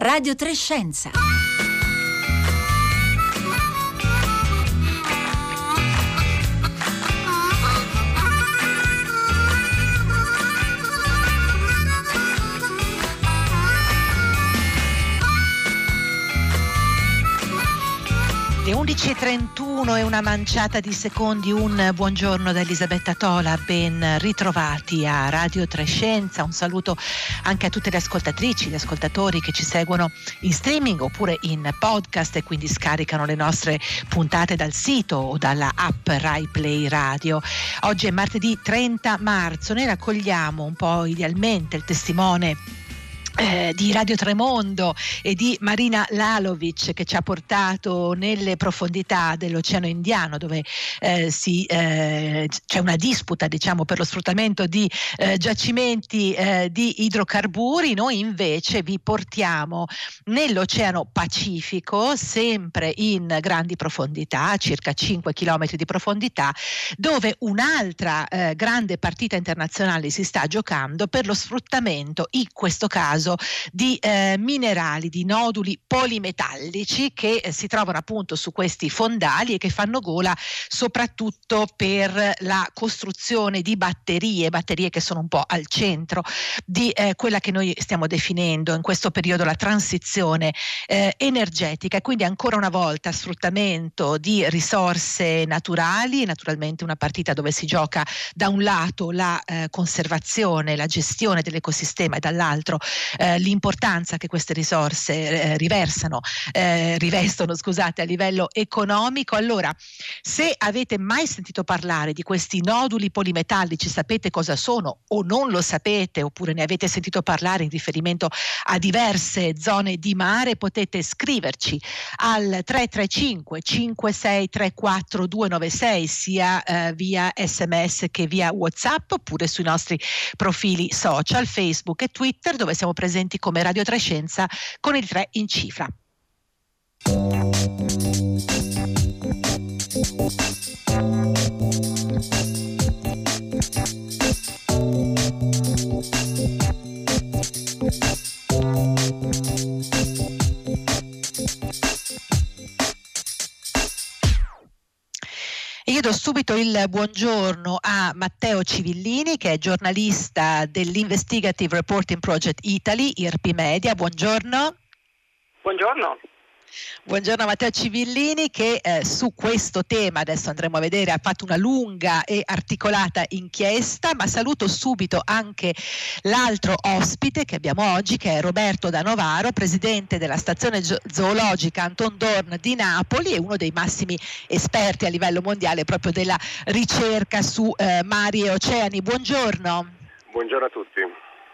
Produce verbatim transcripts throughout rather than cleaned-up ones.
Radio tre Scienza. Le undici e trentuno e una manciata di secondi, un buongiorno da Elisabetta Tola, ben ritrovati a Radio tre Scienza, un saluto anche a tutte le ascoltatrici, gli ascoltatori che ci seguono in streaming oppure in podcast e quindi scaricano le nostre puntate dal sito o dalla app Rai Play Radio. Oggi è martedì trenta marzo, noi raccogliamo un po' idealmente il testimone Eh, di Radio Tremondo e di Marina Lalovic, che ci ha portato nelle profondità dell'Oceano Indiano, dove eh, si, eh, c'è una disputa, diciamo, per lo sfruttamento di eh, giacimenti eh, di idrocarburi. Noi invece vi portiamo nell'Oceano Pacifico, sempre in grandi profondità, circa cinque chilometri di profondità, dove un'altra eh, grande partita internazionale si sta giocando per lo sfruttamento, in questo caso di eh, minerali, di noduli polimetallici che eh, si trovano appunto su questi fondali e che fanno gola soprattutto per la costruzione di batterie, batterie che sono un po' al centro di eh, quella che noi stiamo definendo in questo periodo la transizione eh, energetica, e quindi ancora una volta sfruttamento di risorse naturali, naturalmente una partita dove si gioca da un lato la eh, conservazione, la gestione dell'ecosistema e dall'altro Eh, l'importanza che queste risorse eh, riversano, eh, rivestono, scusate, a livello economico. Allora, se avete mai sentito parlare di questi noduli polimetallici, sapete cosa sono o non lo sapete, oppure ne avete sentito parlare in riferimento a diverse zone di mare, potete scriverci al tre tre cinque cinque sei tre quattro due nove sei sia eh, via sms che via WhatsApp, oppure sui nostri profili social Facebook e Twitter, dove siamo presenti come Radio tre Scienza con il tre in cifra. Io do subito il buongiorno a Matteo Civillini, che è giornalista dell'Investigative Reporting Project Italy, I R P Media. Buongiorno. Buongiorno. Buongiorno Matteo Civillini, che eh, su questo tema, adesso andremo a vedere, ha fatto una lunga e articolata inchiesta, ma saluto subito anche l'altro ospite che abbiamo oggi, che è Roberto Da Novaro, presidente della stazione zoologica Anton Dohrn di Napoli e uno dei massimi esperti a livello mondiale proprio della ricerca su eh, mari e oceani. Buongiorno. Buongiorno a tutti.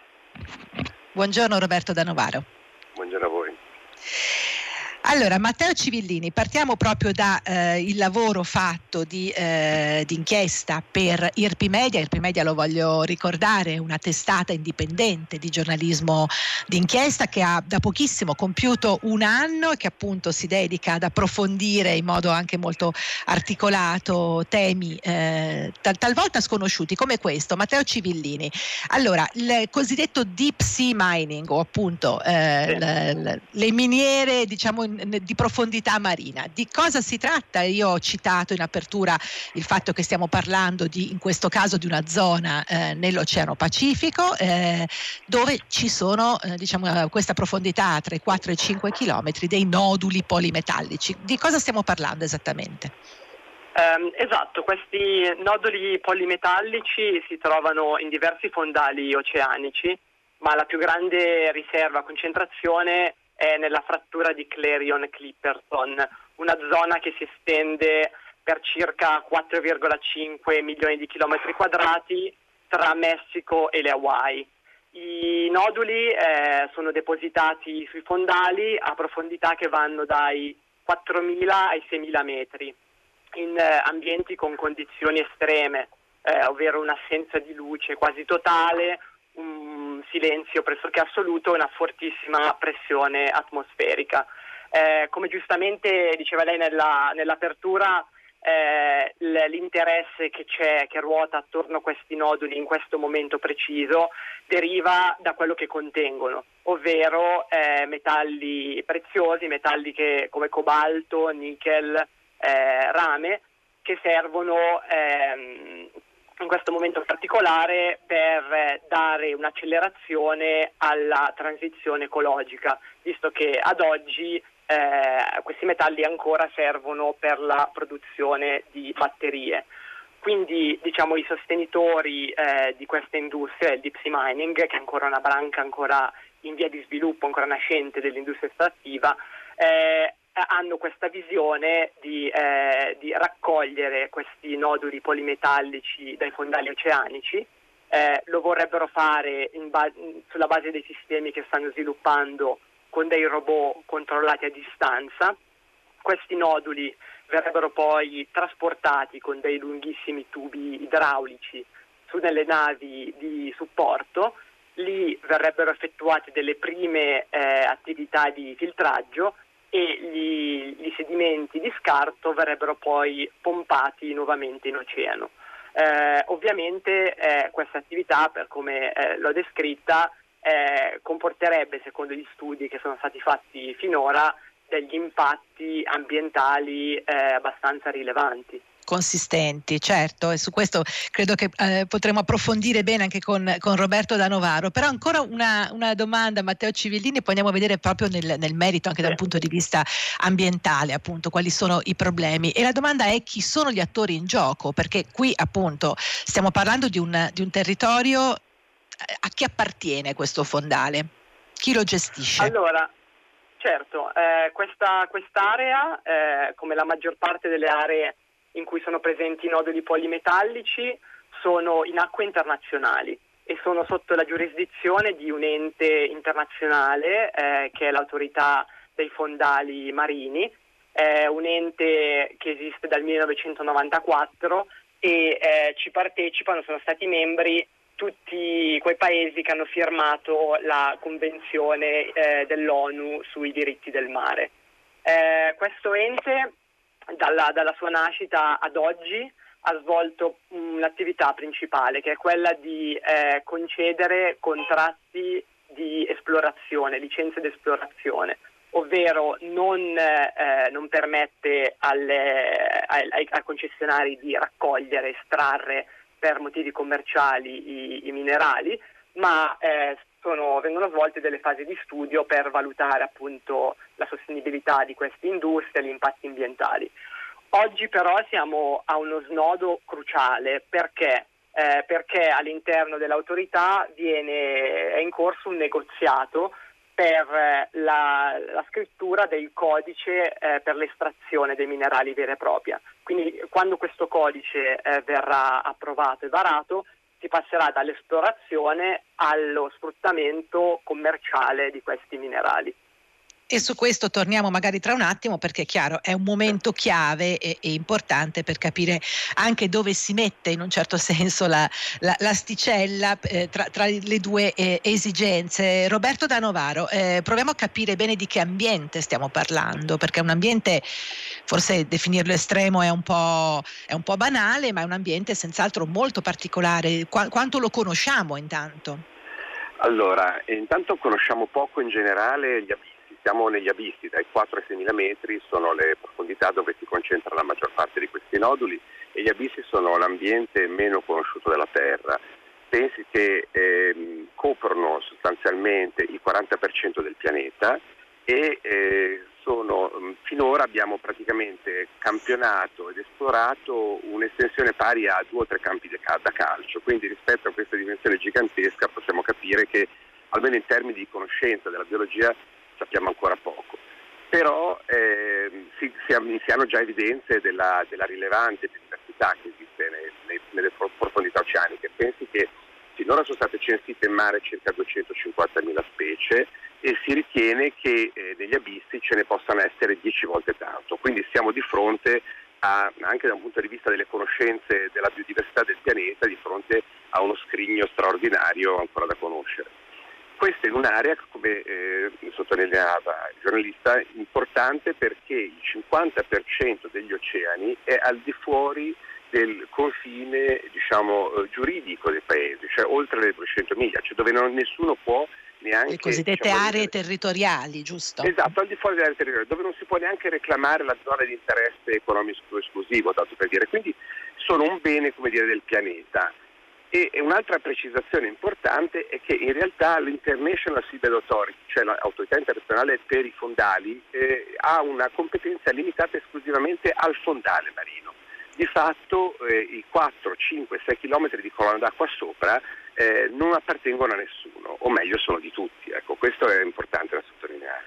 Buongiorno Roberto Da Novaro. Buongiorno a voi. Allora, Matteo Civillini, partiamo proprio da eh, il lavoro fatto di, eh, di inchiesta per I R P Media. I R P Media, lo voglio ricordare, è una testata indipendente di giornalismo d'inchiesta che ha da pochissimo compiuto un anno e che appunto si dedica ad approfondire in modo anche molto articolato temi eh, tal- talvolta sconosciuti come questo. Matteo Civillini, allora, il cosiddetto deep sea mining, o appunto eh, sì. le, le, le miniere, diciamo, in di profondità marina. Di cosa si tratta? Io ho citato in apertura il fatto che stiamo parlando di, in questo caso, di una zona eh, nell'Oceano Pacifico eh, dove ci sono eh, diciamo questa profondità tra i quattro e i cinque chilometri dei noduli polimetallici. Di cosa stiamo parlando esattamente? Um, esatto, questi noduli polimetallici si trovano in diversi fondali oceanici, ma la più grande riserva, concentrazione è nella frattura di Clarion-Clipperton, una zona che si estende per circa quattro virgola cinque milioni di chilometri quadrati tra Messico e le Hawaii. I noduli eh, sono depositati sui fondali a profondità che vanno dai quattromila ai seimila metri, in eh, ambienti con condizioni estreme, eh, ovvero un'assenza di luce quasi totale, un silenzio pressoché assoluto e una fortissima pressione atmosferica. Eh, come giustamente diceva lei nella, nell'apertura, eh, l'interesse che c'è, che ruota attorno a questi noduli in questo momento preciso, deriva da quello che contengono, ovvero eh, metalli preziosi, metalli che, come cobalto, nickel, eh, rame, che servono ehm, in questo momento particolare per dare un'accelerazione alla transizione ecologica, visto che ad oggi eh, questi metalli ancora servono per la produzione di batterie. Quindi diciamo i sostenitori eh, di questa industria, il deep sea mining, che è ancora una branca ancora in via di sviluppo, ancora nascente dell'industria estrattiva, eh, hanno questa visione di, eh, di raccogliere questi noduli polimetallici dai fondali oceanici. Eh, lo vorrebbero fare in ba- sulla base dei sistemi che stanno sviluppando con dei robot controllati a distanza. Questi noduli verrebbero poi trasportati con dei lunghissimi tubi idraulici su delle navi di supporto. Lì verrebbero effettuate delle prime eh, attività di filtraggio e gli, gli sedimenti di scarto verrebbero poi pompati nuovamente in oceano. Eh, ovviamente eh, questa attività, per come eh, l'ho descritta, eh, comporterebbe, secondo gli studi che sono stati fatti finora, degli impatti ambientali eh, abbastanza rilevanti. Consistenti, certo, e su questo credo che eh, potremo approfondire bene anche con, con Roberto Da Novaro. Però ancora una, una domanda, Matteo Civillini, poi andiamo a vedere proprio nel, nel merito anche da un punto di vista ambientale, appunto, quali sono i problemi. E la domanda è: chi sono gli attori in gioco? Perché qui appunto stiamo parlando di un, di un territorio. A chi appartiene questo fondale? Chi lo gestisce? Allora, certo, eh, questa quest'area, eh, come la maggior parte delle aree in cui sono presenti noduli polimetallici, sono in acque internazionali e sono sotto la giurisdizione di un ente internazionale eh, che è l'autorità dei fondali marini, eh, un ente che esiste dal millenovecentonovantaquattro e eh, ci partecipano, sono stati membri tutti quei paesi che hanno firmato la Convenzione eh, dell'ONU sui diritti del mare. Eh, questo ente Dalla, dalla sua nascita ad oggi ha svolto un'attività principale, che è quella di eh, concedere contratti di esplorazione, licenze di esplorazione, ovvero non, eh, non permette alle, ai, ai concessionari di raccogliere, estrarre per motivi commerciali i, i minerali, ma eh, sono, vengono svolte delle fasi di studio per valutare appunto la sostenibilità di queste industrie, gli impatti ambientali. Oggi però siamo a uno snodo cruciale perché, eh, perché all'interno dell'autorità viene, è in corso un negoziato per la, la scrittura del codice eh, per l'estrazione dei minerali vera e propria. Quindi quando questo codice eh, verrà approvato e varato, si passerà dall'esplorazione allo sfruttamento commerciale di questi minerali. E su questo torniamo magari tra un attimo, perché è chiaro, è un momento chiave e, e importante per capire anche dove si mette in un certo senso la, la, l'asticella eh, tra, tra le due eh, esigenze. Roberto Da Novaro, eh, proviamo a capire bene di che ambiente stiamo parlando, perché un ambiente, forse definirlo estremo è un po', è un po' banale, ma è un ambiente senz'altro molto particolare. Qu- quanto lo conosciamo intanto? Allora, intanto conosciamo poco in generale gli abissi. Siamo negli abissi, dai quattro ai seimila metri sono le profondità dove si concentra la maggior parte di questi noduli, e gli abissi sono l'ambiente meno conosciuto della Terra. Pensi che ehm, coprono sostanzialmente il quaranta per cento del pianeta e eh, sono, finora abbiamo praticamente campionato ed esplorato un'estensione pari a due o tre campi da calcio, quindi rispetto a questa dimensione gigantesca possiamo capire che almeno in termini di conoscenza della biologia sappiamo ancora poco, però eh, si, si, si hanno già evidenze della, della rilevante biodiversità che esiste nei, nei, nelle profondità oceaniche. Pensi che finora sono state censite in mare circa duecentocinquantamila specie e si ritiene che eh, negli abissi ce ne possano essere dieci volte tanto, quindi siamo di fronte a, anche da un punto di vista delle conoscenze della biodiversità del pianeta, di fronte a uno scrigno straordinario ancora da conoscere. Queste in un'area, come eh, sottolineava il giornalista, importante perché il cinquanta per cento degli oceani è al di fuori del confine, diciamo, eh, giuridico dei paesi, cioè oltre le duecento miglia, cioè dove non, nessuno può neanche... Le cosiddette diciamo, aree dire, territoriali, giusto? esatto, al di fuori delle aree territoriali, dove non si può neanche reclamare la zona di interesse economico esclusivo, tanto per dire. Quindi sono un bene, come dire, del pianeta. E un'altra precisazione importante è che in realtà l'International Seabed Authority, cioè l'autorità internazionale per i fondali, eh, ha una competenza limitata esclusivamente al fondale marino. Di fatto eh, i quattro, cinque, sei chilometri di colonna d'acqua sopra eh, non appartengono a nessuno, o meglio sono di tutti. Ecco, questo è importante da sottolineare.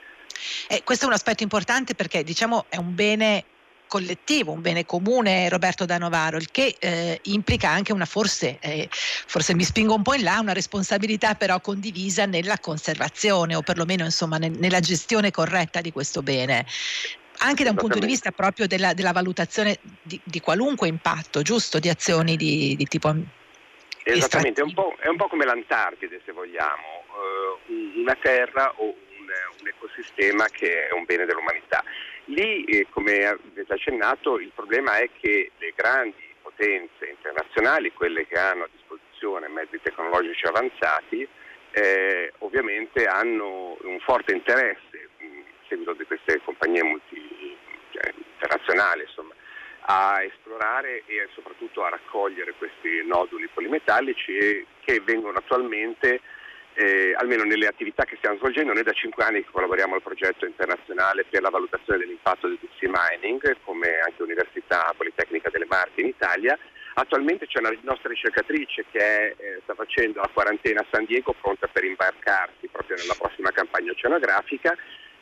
Eh, questo è un aspetto importante perché, diciamo, è un bene collettivo, un bene comune, Roberto Da Novaro, il che eh, implica anche una forse, eh, forse mi spingo un po' in là, una responsabilità però condivisa nella conservazione o perlomeno insomma ne, nella gestione corretta di questo bene. Anche da un punto di vista proprio della, della valutazione di, di qualunque impatto, giusto, di azioni di, di tipo esattamente, è un, po', è un po' come l'Antartide, se vogliamo, uh, una terra o un, un ecosistema che è un bene dell'umanità. Lì, eh, come avete accennato, il problema è che le grandi potenze internazionali, quelle che hanno a disposizione mezzi tecnologici avanzati, eh, ovviamente hanno un forte interesse, a seguito di queste compagnie multi, cioè, internazionali, insomma, a esplorare e soprattutto a raccogliere questi noduli polimetallici e che vengono attualmente, eh, almeno nelle attività che stiamo svolgendo, noi da cinque anni che collaboriamo al progetto internazionale per la valutazione dell'impatto del deep sea mining, come anche Università Politecnica delle Marche in Italia. Attualmente c'è una nostra ricercatrice che è, eh, sta facendo la quarantena a San Diego, pronta per imbarcarsi proprio nella prossima campagna oceanografica.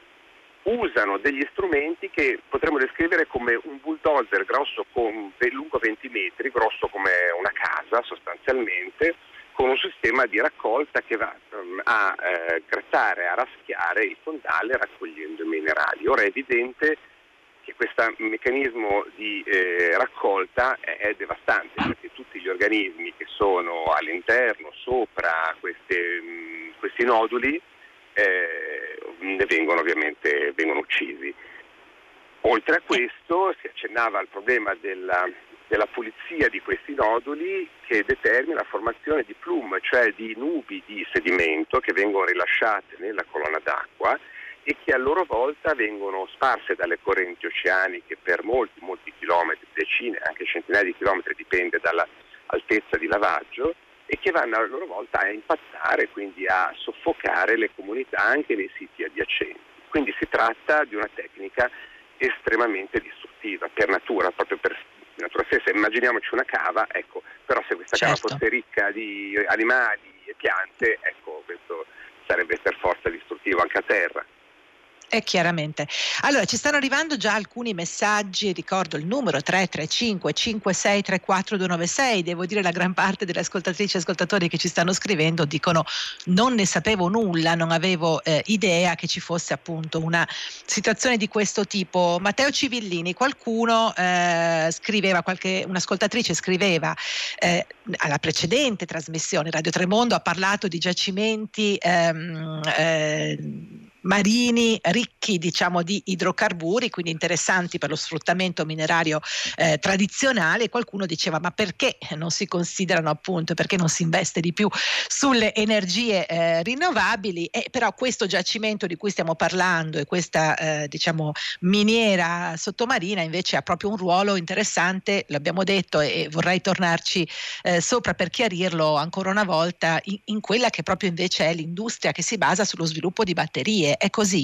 Usano degli strumenti che potremmo descrivere come un bulldozer grosso con, lungo venti metri, grosso come una casa sostanzialmente, con un sistema di raccolta che va um, a eh, grattare, a raschiare il fondale raccogliendo i minerali. Ora è evidente che questo meccanismo di eh, raccolta è, è devastante, perché tutti gli organismi che sono all'interno, sopra queste, mh, questi noduli, Eh, ne vengono ovviamente vengono uccisi. Oltre a questo si accennava al problema della, della pulizia di questi noduli, che determina la formazione di plume, cioè di nubi di sedimento che vengono rilasciate nella colonna d'acqua e che a loro volta vengono sparse dalle correnti oceaniche per molti molti chilometri, decine, anche centinaia di chilometri, dipende dall'altezza di lavaggio, e che vanno a loro volta a impattare, quindi a soffocare le comunità anche nei siti adiacenti. Quindi si tratta di una tecnica estremamente distruttiva per natura, proprio per natura stessa. Immaginiamoci una cava, ecco, però se questa certo. cava fosse ricca di animali e piante, ecco, questo sarebbe per forza distruttivo anche a terra. Eh, chiaramente. Allora, ci stanno arrivando già alcuni messaggi, ricordo il numero tre tre cinque cinque sei tre quattro due nove sei, devo dire la gran parte delle ascoltatrici e ascoltatori che ci stanno scrivendo dicono non ne sapevo nulla, non avevo eh, idea che ci fosse appunto una situazione di questo tipo. Matteo Civillini, qualcuno eh, scriveva, qualche un'ascoltatrice scriveva eh, alla precedente trasmissione, Radio Tremondo ha parlato di giacimenti ehm, eh, marini ricchi, diciamo, di idrocarburi, quindi interessanti per lo sfruttamento minerario eh, tradizionale. Qualcuno diceva ma perché non si considerano, appunto, perché non si investe di più sulle energie eh, rinnovabili? E però questo giacimento di cui stiamo parlando e questa eh, diciamo miniera sottomarina invece ha proprio un ruolo interessante, l'abbiamo detto, e vorrei tornarci eh, sopra per chiarirlo ancora una volta, in, in quella che proprio invece è l'industria che si basa sullo sviluppo di batterie. È così?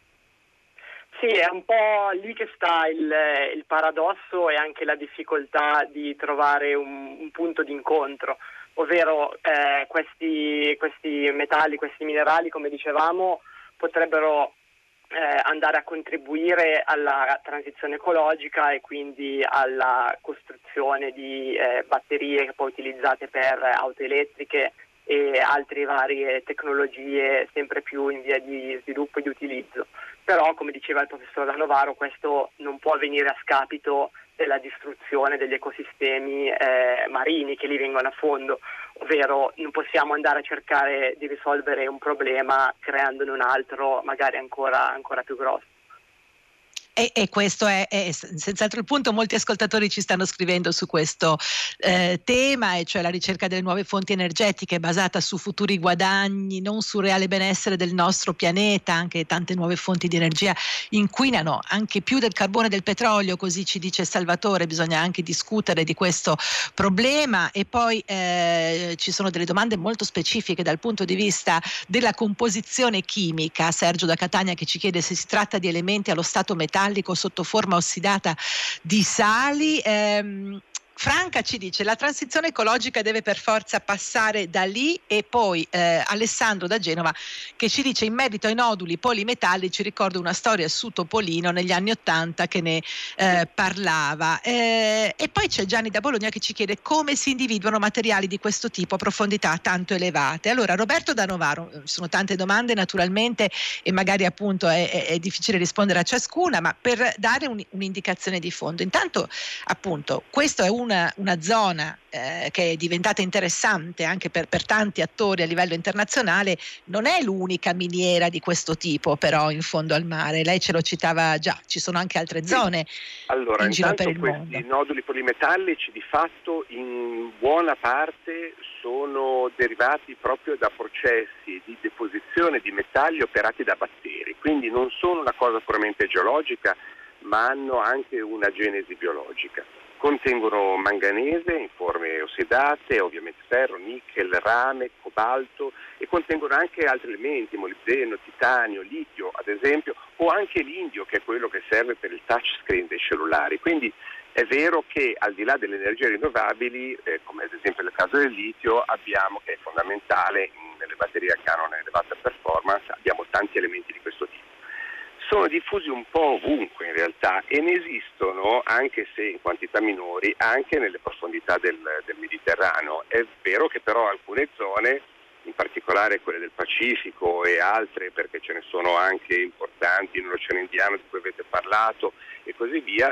Sì, è un po' lì che sta il, il paradosso e anche la difficoltà di trovare un, un punto d'incontro, ovvero eh, questi, questi metalli, questi minerali, come dicevamo, potrebbero eh, andare a contribuire alla transizione ecologica e quindi alla costruzione di eh, batterie poi utilizzate per auto elettriche e altre varie tecnologie sempre più in via di sviluppo e di utilizzo. Però, come diceva il professor Da Novaro, questo non può avvenire a scapito della distruzione degli ecosistemi eh, marini che lì vengono a fondo. ovvero non possiamo andare a cercare di risolvere un problema creandone un altro magari ancora, ancora più grosso. E, e questo è, è senz'altro il punto. Molti ascoltatori ci stanno scrivendo su questo eh, tema, e cioè la ricerca delle nuove fonti energetiche basata su futuri guadagni, non sul reale benessere del nostro pianeta. Anche tante nuove fonti di energia inquinano anche più del carbone e del petrolio, così ci dice Salvatore. Bisogna anche discutere di questo problema. E poi eh, ci sono delle domande molto specifiche dal punto di vista della composizione chimica. Sergio da Catania che ci chiede se si tratta di elementi allo stato metallico sotto forma ossidata di sali. ehm, Franca ci dice la transizione ecologica deve per forza passare da lì. E poi eh, Alessandro da Genova che ci dice in merito ai noduli polimetallici ricordo una storia su Topolino negli anni ottanta che ne eh, parlava. Eh, e poi c'è Gianni da Bologna che ci chiede come si individuano materiali di questo tipo a profondità tanto elevate. Allora Roberto da Novaro, sono tante domande naturalmente e magari appunto è, è, è difficile rispondere a ciascuna, ma per dare un, un'indicazione di fondo, intanto appunto questo è un Una, una zona eh, che è diventata interessante anche per, per tanti attori a livello internazionale. Non è l'unica miniera di questo tipo però in fondo al mare, lei ce lo citava già, ci sono anche altre zone allora, in giro per il questi mondo. I noduli polimetallici di fatto in buona parte sono derivati proprio da processi di deposizione di metalli operati da batteri, quindi non sono una cosa puramente geologica ma hanno anche una genesi biologica. Contengono manganese in forme ossidate, ovviamente ferro, nickel, rame, cobalto, e contengono anche altri elementi, molibdeno, titanio, litio ad esempio, o anche l'indio che è quello che serve per il touchscreen dei cellulari. Quindi è vero che al di là delle energie rinnovabili, eh, come ad esempio nel caso del litio, abbiamo, che è fondamentale nelle batterie che hanno un'elevata performance, abbiamo tanti elementi di questo tipo. Sono diffusi un po' ovunque in realtà e ne esistono, anche se in quantità minori, anche nelle profondità del, del Mediterraneo. È vero che però alcune zone, in particolare quelle del Pacifico e altre, perché ce ne sono anche importanti nell'Oceano Indiano di cui avete parlato e così via,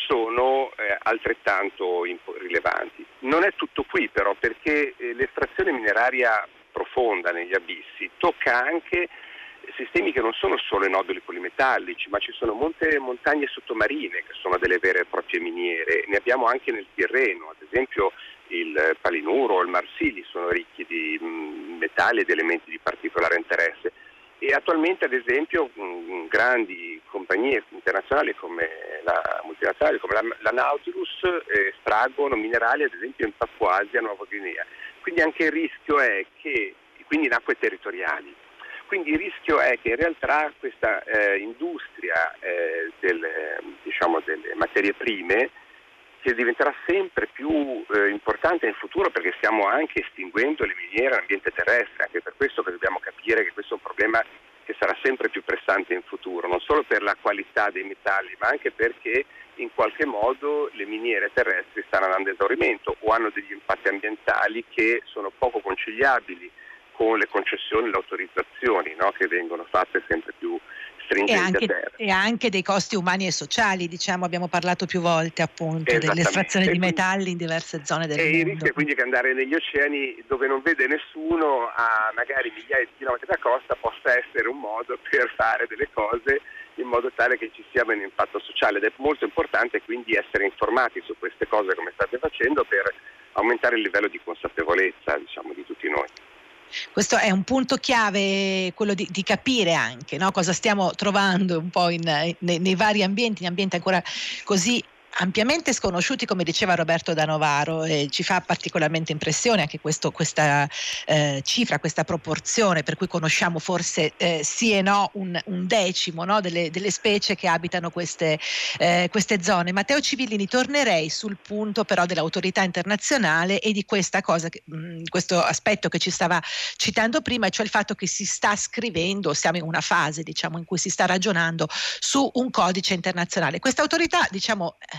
sono eh, altrettanto imp- rilevanti. Non è tutto qui però, perché eh, l'estrazione mineraria profonda negli abissi tocca anche sistemi che non sono solo i noduli polimetallici, ma ci sono molte montagne sottomarine che sono delle vere e proprie miniere. Ne abbiamo anche nel Tirreno, ad esempio il Palinuro o il Marsili sono ricchi di mh, metalli ed elementi di particolare interesse. E attualmente ad esempio mh, grandi compagnie internazionali come la multinazionale come la, la Nautilus eh, estraggono minerali ad esempio in Papua-Asia, Nuova Guinea. Quindi anche il rischio è che, quindi in acque territoriali, quindi il rischio è che in realtà questa eh, industria eh, del, diciamo, delle materie prime che diventerà sempre più eh, importante in futuro, perché stiamo anche estinguendo le miniere nell'ambiente terrestre, anche per questo che dobbiamo capire che questo è un problema che sarà sempre più pressante in futuro, non solo per la qualità dei metalli, ma anche perché in qualche modo le miniere terrestri stanno andando a esaurimento o hanno degli impatti ambientali che sono poco conciliabili con le concessioni e le autorizzazioni, no, che vengono fatte sempre più stringenti e anche, a terra. E anche dei costi umani e sociali, diciamo, abbiamo parlato più volte appunto dell'estrazione di metalli in diverse zone del e mondo. E il rischio è quindi che andare negli oceani dove non vede nessuno, a magari migliaia di chilometri da costa, possa essere un modo per fare delle cose in modo tale che ci sia un impatto sociale, ed è molto importante quindi essere informati su queste cose come state facendo per aumentare il livello di consapevolezza, diciamo, di tutti noi. Questo è un punto chiave, quello di, di capire anche, no, cosa stiamo trovando un po' in, nei, nei vari ambienti, in ambienti ancora così ampiamente sconosciuti, come diceva Roberto da Novaro, e ci fa particolarmente impressione anche questo, questa eh, cifra, questa proporzione, per cui conosciamo forse eh, sì e no un, un decimo, no, delle, delle specie che abitano queste, eh, queste zone. Matteo Civillini, tornerei sul punto però dell'autorità internazionale e di questa cosa, mh, questo aspetto che ci stava citando prima, cioè il fatto che si sta scrivendo, siamo in una fase diciamo in cui si sta ragionando su un codice internazionale. Questa autorità, diciamo,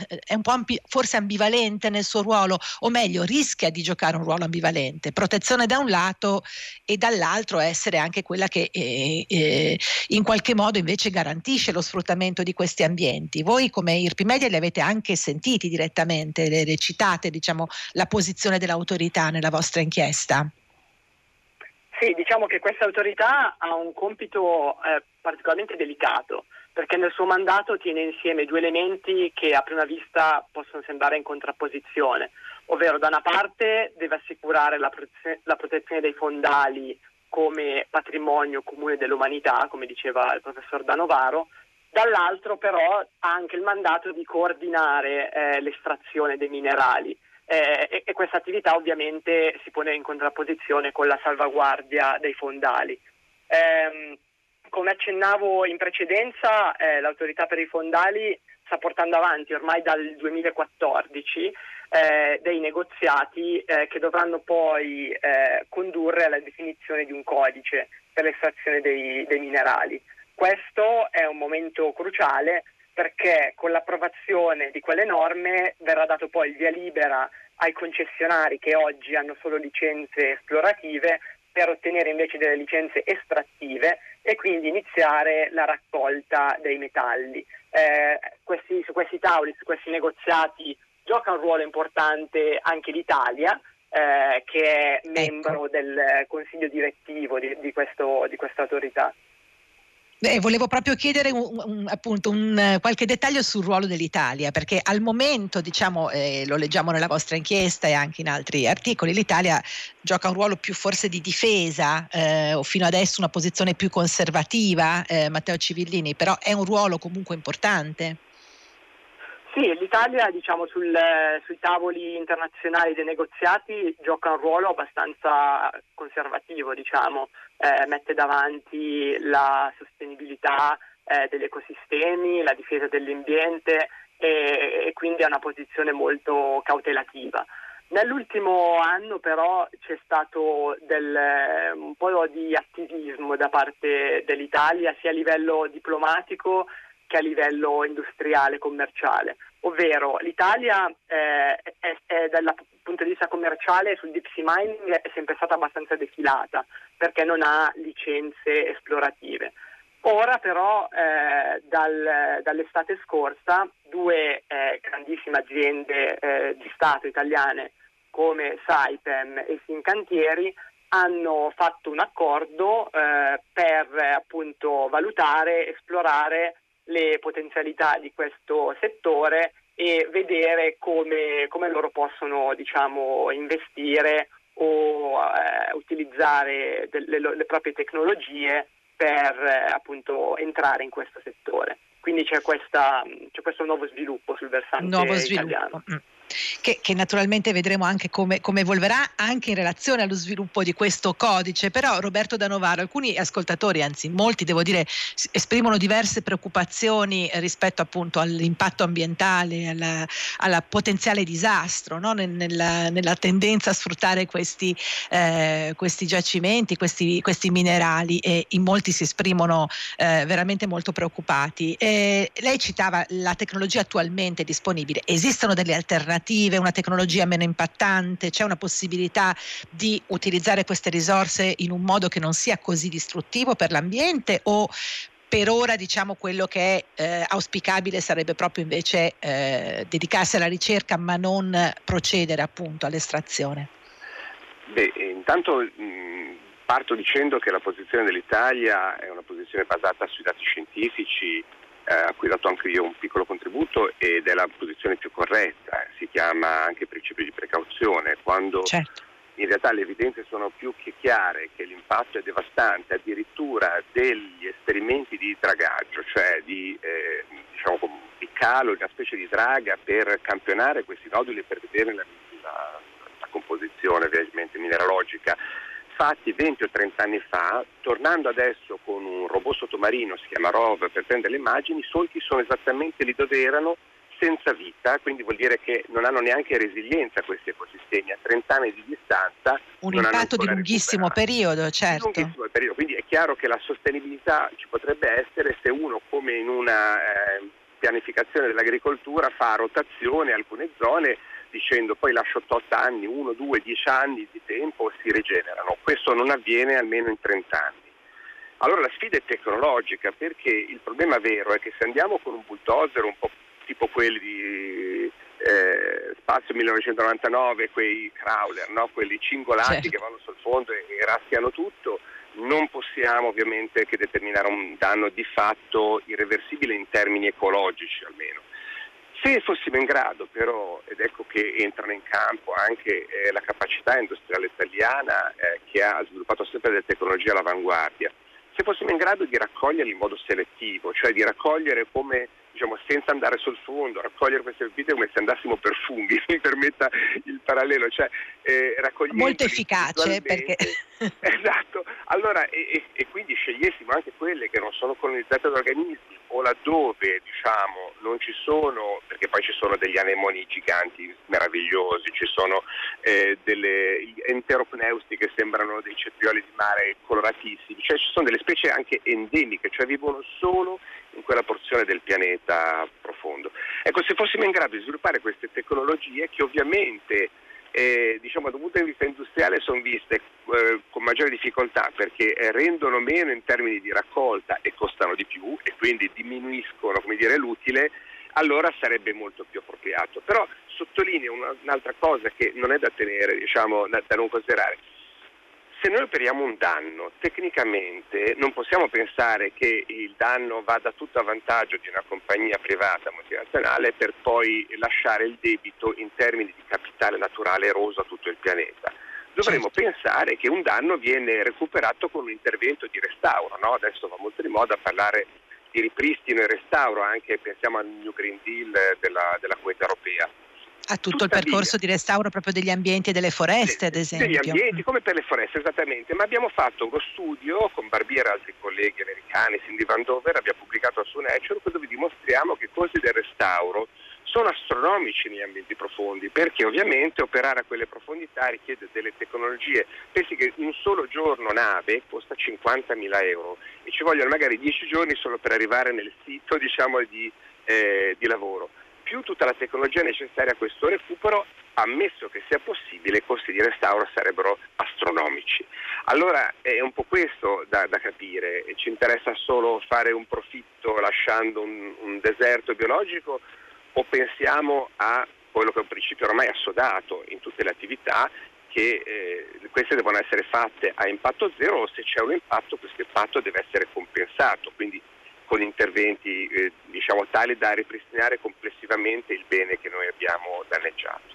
è un po' ambi- forse ambivalente nel suo ruolo, o meglio rischia di giocare un ruolo ambivalente, protezione da un lato e dall'altro essere anche quella che eh, eh, in qualche modo invece garantisce lo sfruttamento di questi ambienti. Voi come I R P Media li avete anche sentiti direttamente, le, le citate diciamo la posizione dell'autorità nella vostra inchiesta? Sì, diciamo che questa autorità ha un compito eh, particolarmente delicato, perché nel suo mandato tiene insieme due elementi che a prima vista possono sembrare in contrapposizione, ovvero da una parte deve assicurare la, prote- la protezione dei fondali come patrimonio comune dell'umanità, come diceva il professor Danovaro, dall'altro però ha anche il mandato di coordinare eh, l'estrazione dei minerali. Eh, e, e questa attività ovviamente si pone in contrapposizione con la salvaguardia dei fondali. Eh, come accennavo in precedenza, eh, l'autorità per i fondali sta portando avanti ormai dal duemilaquattordici eh, dei negoziati eh, che dovranno poi eh, condurre alla definizione di un codice per l'estrazione dei, dei minerali. Questo è un momento cruciale perché con l'approvazione di quelle norme verrà dato poi il via libera ai concessionari che oggi hanno solo licenze esplorative per ottenere invece delle licenze estrattive e quindi iniziare la raccolta dei metalli. Eh, questi, su questi tavoli, su questi negoziati gioca un ruolo importante anche l'Italia, eh, che è membro ecco. del consiglio direttivo di, di, questo, di questa autorità. Eh, volevo proprio chiedere un, un, appunto un, qualche dettaglio sul ruolo dell'Italia, perché al momento, diciamo, eh, lo leggiamo nella vostra inchiesta e anche in altri articoli, l'Italia gioca un ruolo più forse di difesa eh, o fino adesso una posizione più conservativa, eh, Matteo Civillini, però è un ruolo comunque importante. Sì, l'Italia diciamo sul, sui tavoli internazionali dei negoziati gioca un ruolo abbastanza conservativo, diciamo, eh, mette davanti la sostenibilità eh, degli ecosistemi, la difesa dell'ambiente e, e quindi ha una posizione molto cautelativa. Nell'ultimo anno però c'è stato del, un po' di attivismo da parte dell'Italia sia a livello diplomatico che a livello industriale, commerciale, ovvero l'Italia eh, è, è dal punto di vista commerciale sul deep sea mining è sempre stata abbastanza defilata perché non ha licenze esplorative. Ora però eh, dal, dall'estate scorsa due eh, grandissime aziende eh, di Stato italiane come Saipem e Fincantieri hanno fatto un accordo eh, per appunto valutare, esplorare le potenzialità di questo settore e vedere come, come loro possono diciamo investire o eh, utilizzare delle, le proprie tecnologie per eh, appunto entrare in questo settore. Quindi c'è, questa, c'è questo nuovo sviluppo sul versante nuovo sviluppo. italiano. Mm. Che, che naturalmente vedremo anche come, come evolverà anche in relazione allo sviluppo di questo codice. Però Roberto Danovaro, alcuni ascoltatori, anzi molti devo dire, esprimono diverse preoccupazioni rispetto appunto all'impatto ambientale, alla, alla potenziale disastro, no? nella, nella tendenza a sfruttare questi, eh, questi giacimenti, questi, questi minerali, e in molti si esprimono eh, veramente molto preoccupati. Eh, lei citava la tecnologia attualmente disponibile, esistono delle alternative, una tecnologia meno impattante, c'è una possibilità di utilizzare queste risorse in un modo che non sia così distruttivo per l'ambiente, o per ora diciamo quello che è eh, auspicabile sarebbe proprio invece eh, dedicarsi alla ricerca ma non procedere appunto all'estrazione? Beh, intanto mh, parto dicendo che la posizione dell'Italia è una posizione basata sui dati scientifici, Eh, a cui ho dato anche io un piccolo contributo, ed è la posizione più corretta. Si chiama anche principio di precauzione, quando certo. in realtà le evidenze sono più che chiare che l'impatto è devastante, addirittura degli esperimenti di dragaggio, cioè di, eh, diciamo, di calo, una specie di draga per campionare questi noduli e per vedere la, la, la composizione ovviamente mineralogica, fatti venti o trenta anni fa. Tornando adesso con un robot sottomarino, si chiama R O V, per prendere le immagini, i solchi sono esattamente lì dove erano, senza vita, quindi vuol dire che non hanno neanche resilienza questi ecosistemi, a trenta anni di distanza. Un impatto di lunghissimo periodo, certo. Di lunghissimo periodo, quindi è chiaro che la sostenibilità ci potrebbe essere se uno, come in una, eh, pianificazione dell'agricoltura fa rotazione alcune zone dicendo poi lascio tot anni, uno, due, dieci anni di tempo si rigenerano. Questo non avviene almeno in trenta anni. Allora la sfida è tecnologica, perché il problema vero è che se andiamo con un bulldozer un po' tipo quelli di eh, Spazio millenovecentonovantanove, quei crawler, no? Quelli cingolati, certo, che vanno sul fondo e, e raschiano tutto, non possiamo ovviamente che determinare un danno di fatto irreversibile in termini ecologici almeno. Se fossimo in grado però, ed ecco che entrano in campo anche eh, la capacità industriale italiana eh, che ha sviluppato sempre delle tecnologie all'avanguardia, se fossimo in grado di raccoglierli in modo selettivo, cioè di raccogliere come, diciamo, senza andare sul fondo, raccogliere queste pepite come se andassimo per funghi, mi permetta il parallelo, cioè eh, raccogliendo molto efficace perché esatto, allora e, e, e quindi scegliessimo anche quelle che non sono colonizzate da organismi o laddove diciamo non ci sono, perché poi ci sono degli anemoni giganti meravigliosi, ci sono eh, delle enteropneusti che sembrano dei cetrioli di mare coloratissimi, cioè ci sono delle specie anche endemiche, cioè vivono solo in quella porzione del pianeta profondo. Ecco, se fossimo in grado di sviluppare queste tecnologie che ovviamente eh, diciamo dal punto di vista industriale sono viste eh, con maggiore difficoltà perché eh, rendono meno in termini di raccolta e costano di più e quindi diminuiscono, come dire, l'utile, allora sarebbe molto più appropriato. Però sottolineo una, un'altra cosa che non è da tenere, diciamo, da, da non considerare. Se noi operiamo un danno, tecnicamente non possiamo pensare che il danno vada tutto a vantaggio di una compagnia privata multinazionale per poi lasciare il debito in termini di capitale naturale eroso a tutto il pianeta. Dovremmo certo. pensare che un danno viene recuperato con un intervento di restauro, no? Adesso va molto di moda parlare di ripristino e restauro, anche pensiamo al New Green Deal della, della Comunità Europea. A tutto Tuttavia, il percorso di restauro proprio degli ambienti e delle foreste, ad esempio. Degli ambienti, come per le foreste, esattamente. Ma abbiamo fatto uno studio con Barbier e altri colleghi americani, Cindy Vandover, abbiamo pubblicato su Nature, dove dimostriamo che i costi del restauro sono astronomici negli ambienti profondi, perché ovviamente operare a quelle profondità richiede delle tecnologie. Pensi che un solo giorno nave costa cinquantamila euro e ci vogliono magari dieci giorni solo per arrivare nel sito, diciamo, di, eh, di lavoro. Più tutta la tecnologia necessaria a questo recupero, ammesso che sia possibile, i costi di restauro sarebbero astronomici. Allora è un po' questo da, da capire, ci interessa solo fare un profitto lasciando un, un deserto biologico o pensiamo a quello che è un principio ormai assodato in tutte le attività, che eh, queste devono essere fatte a impatto zero o se c'è un impatto questo impatto deve essere compensato, quindi con interventi eh, diciamo tali da ripristinare complessivamente il bene che noi abbiamo danneggiato.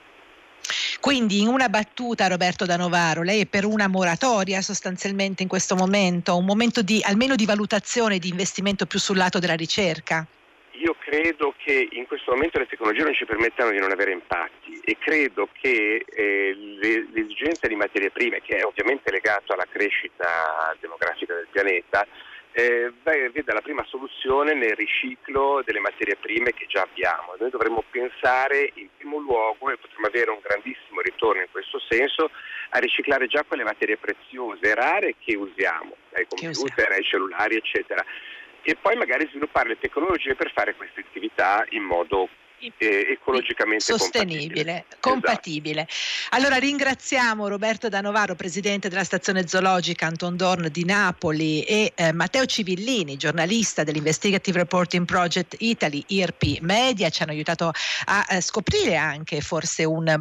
Quindi in una battuta, Roberto Da Novaro, lei è per una moratoria sostanzialmente in questo momento, un momento di almeno di valutazione, di investimento più sul lato della ricerca? Io credo che in questo momento le tecnologie non ci permettano di non avere impatti e credo che eh, le, l'esigenza di materie prime, che è ovviamente legato alla crescita demografica del pianeta, Eh, beh, vede la prima soluzione nel riciclo delle materie prime che già abbiamo. Noi dovremmo pensare in primo luogo, e potremmo avere un grandissimo ritorno in questo senso, a riciclare già quelle materie preziose e rare che usiamo, dai computer ai cellulari eccetera, e poi magari sviluppare le tecnologie per fare queste attività in modo Eh, ecologicamente sostenibile, compatibile. compatibile. Esatto. Allora ringraziamo Roberto Da Novaro, presidente della stazione zoologica Anton Dohrn di Napoli, e eh, Matteo Civillini, giornalista dell'Investigative Reporting Project Italy I R P Media. Ci hanno aiutato a eh, scoprire anche forse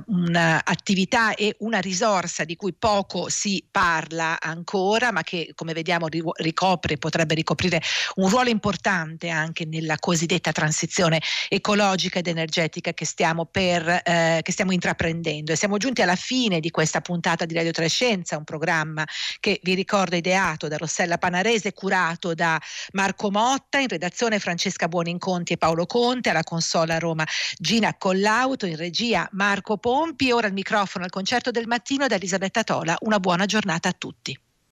un'attività e una risorsa di cui poco si parla ancora, ma che come vediamo ricopre, potrebbe ricoprire un ruolo importante anche nella cosiddetta transizione ecologica ed energetica che stiamo per eh, che stiamo intraprendendo. E siamo giunti alla fine di questa puntata di Radio tre Scienza, un programma che vi ricordo ideato da Rossella Panarese, curato da Marco Motta, in redazione Francesca Buoninconti e Paolo Conte, alla consola a Roma Gina Collauto, in regia Marco Pompi. Ora il microfono al Concerto del Mattino da Elisabetta Tola. Una buona giornata a tutti.